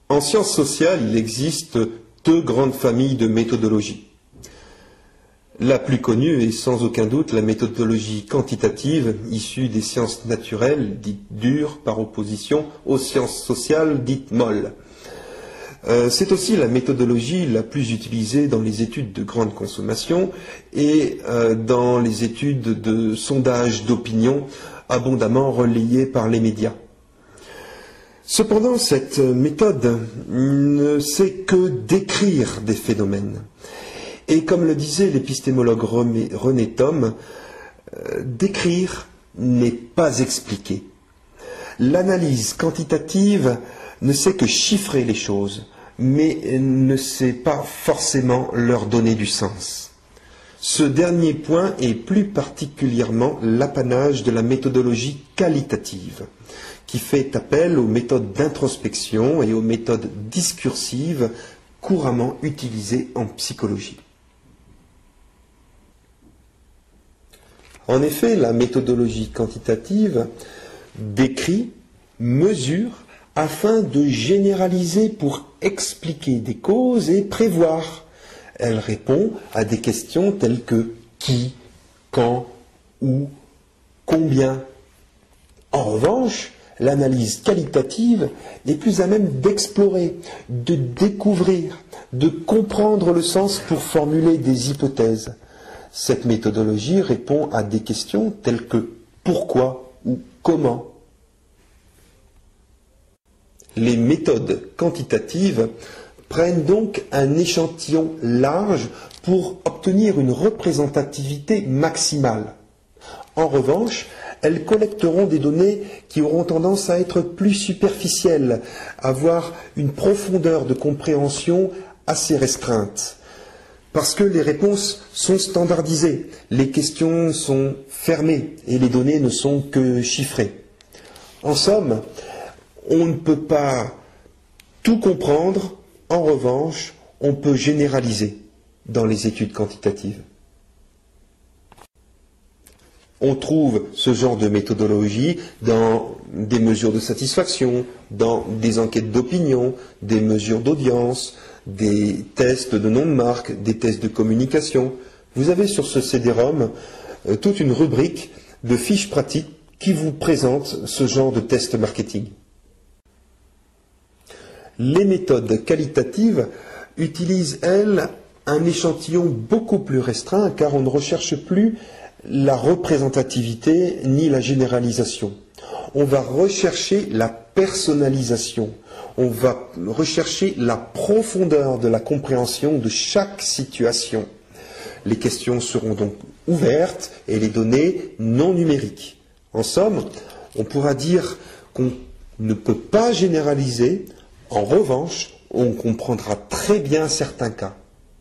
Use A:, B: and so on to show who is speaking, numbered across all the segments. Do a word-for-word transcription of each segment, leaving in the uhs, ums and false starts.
A: En sciences sociales, il existe deux grandes familles de méthodologies. La plus connue est sans aucun doute la méthodologie quantitative, issue des sciences naturelles, dites dures, par opposition aux sciences sociales, dites molles. Euh, c'est aussi la méthodologie la plus utilisée dans les études de grande consommation et euh, dans les études de sondage d'opinion abondamment relayées par les médias. Cependant, cette méthode ne sait que décrire des phénomènes. Et comme le disait l'épistémologue René Thom, euh, décrire n'est pas expliquer. L'analyse quantitative ne sait que chiffrer les choses, mais ne sait pas forcément leur donner du sens. Ce dernier point est plus particulièrement l'apanage de la méthodologie qualitative, qui fait appel aux méthodes d'introspection et aux méthodes discursives couramment utilisées en psychologie. En effet, la méthodologie quantitative décrit, mesure, afin de généraliser pour expliquer des causes et prévoir. Elle répond à des questions telles que qui, quand, où, combien. En revanche, l'analyse qualitative est plus à même d'explorer, de découvrir, de comprendre le sens pour formuler des hypothèses. Cette méthodologie répond à des questions telles que pourquoi ou comment. Les méthodes quantitatives prennent donc un échantillon large pour obtenir une représentativité maximale. En revanche, elles collecteront des données qui auront tendance à être plus superficielles, avoir une profondeur de compréhension assez restreinte. Parce que les réponses sont standardisées, les questions sont fermées et les données ne sont que chiffrées. En somme, on ne peut pas tout comprendre, en revanche, on peut généraliser dans les études quantitatives. On trouve ce genre de méthodologie dans des mesures de satisfaction, dans des enquêtes d'opinion, des mesures d'audience, des tests de nom de marque, des tests de communication. Vous avez sur ce C D-ROM euh, toute une rubrique de fiches pratiques qui vous présente ce genre de tests marketing. Les méthodes qualitatives utilisent, elles, un échantillon beaucoup plus restreint car on ne recherche plus la représentativité ni la généralisation. On va rechercher la personnalisation. On va rechercher la profondeur de la compréhension de chaque situation. Les questions seront donc ouvertes et les données non numériques. En somme, on pourra dire qu'on ne peut pas généraliser. En revanche, on comprendra très bien certains cas.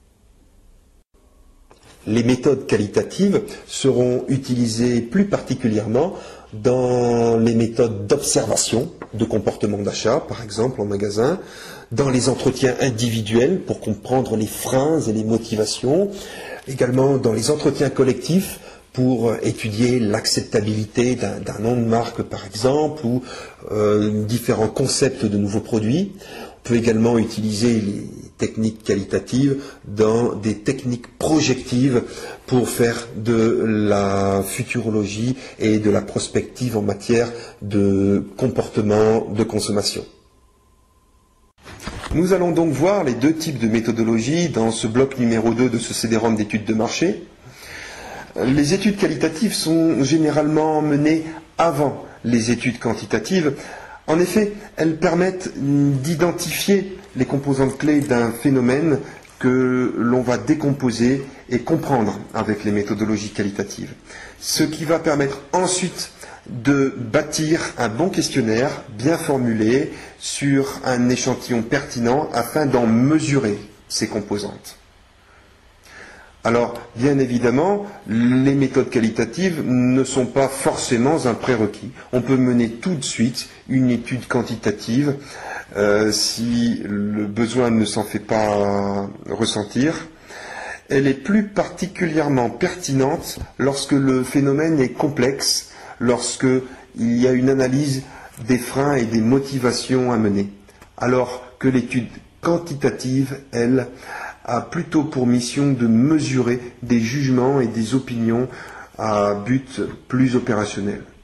A: Les méthodes qualitatives seront utilisées plus particulièrement dans les méthodes d'observation de comportement d'achat, par exemple en magasin, dans les entretiens individuels pour comprendre les freins et les motivations, également dans les entretiens collectifs pour étudier l'acceptabilité d'un, d'un nom de marque, par exemple, ou euh, différents concepts de nouveaux produits. On peut également utiliser les techniques qualitatives dans des techniques projectives pour faire de la futurologie et de la prospective en matière de comportement de consommation. Nous allons donc voir les deux types de méthodologies dans ce bloc numéro deux de ce C D-ROM d'études de marché. Les études qualitatives sont généralement menées avant les études quantitatives. En effet, elles permettent d'identifier les composantes clés d'un phénomène que l'on va décomposer et comprendre avec les méthodologies qualitatives. Ce qui va permettre ensuite de bâtir un bon questionnaire bien formulé sur un échantillon pertinent afin d'en mesurer ces composantes. Alors, bien évidemment, les méthodes qualitatives ne sont pas forcément un prérequis. On peut mener tout de suite une étude quantitative euh, si le besoin ne s'en fait pas ressentir. Elle est plus particulièrement pertinente lorsque le phénomène est complexe, lorsqu'il y a une analyse des freins et des motivations à mener. Alors, que l'étude quantitative, elle, a plutôt pour mission de mesurer des jugements et des opinions à but plus opérationnel.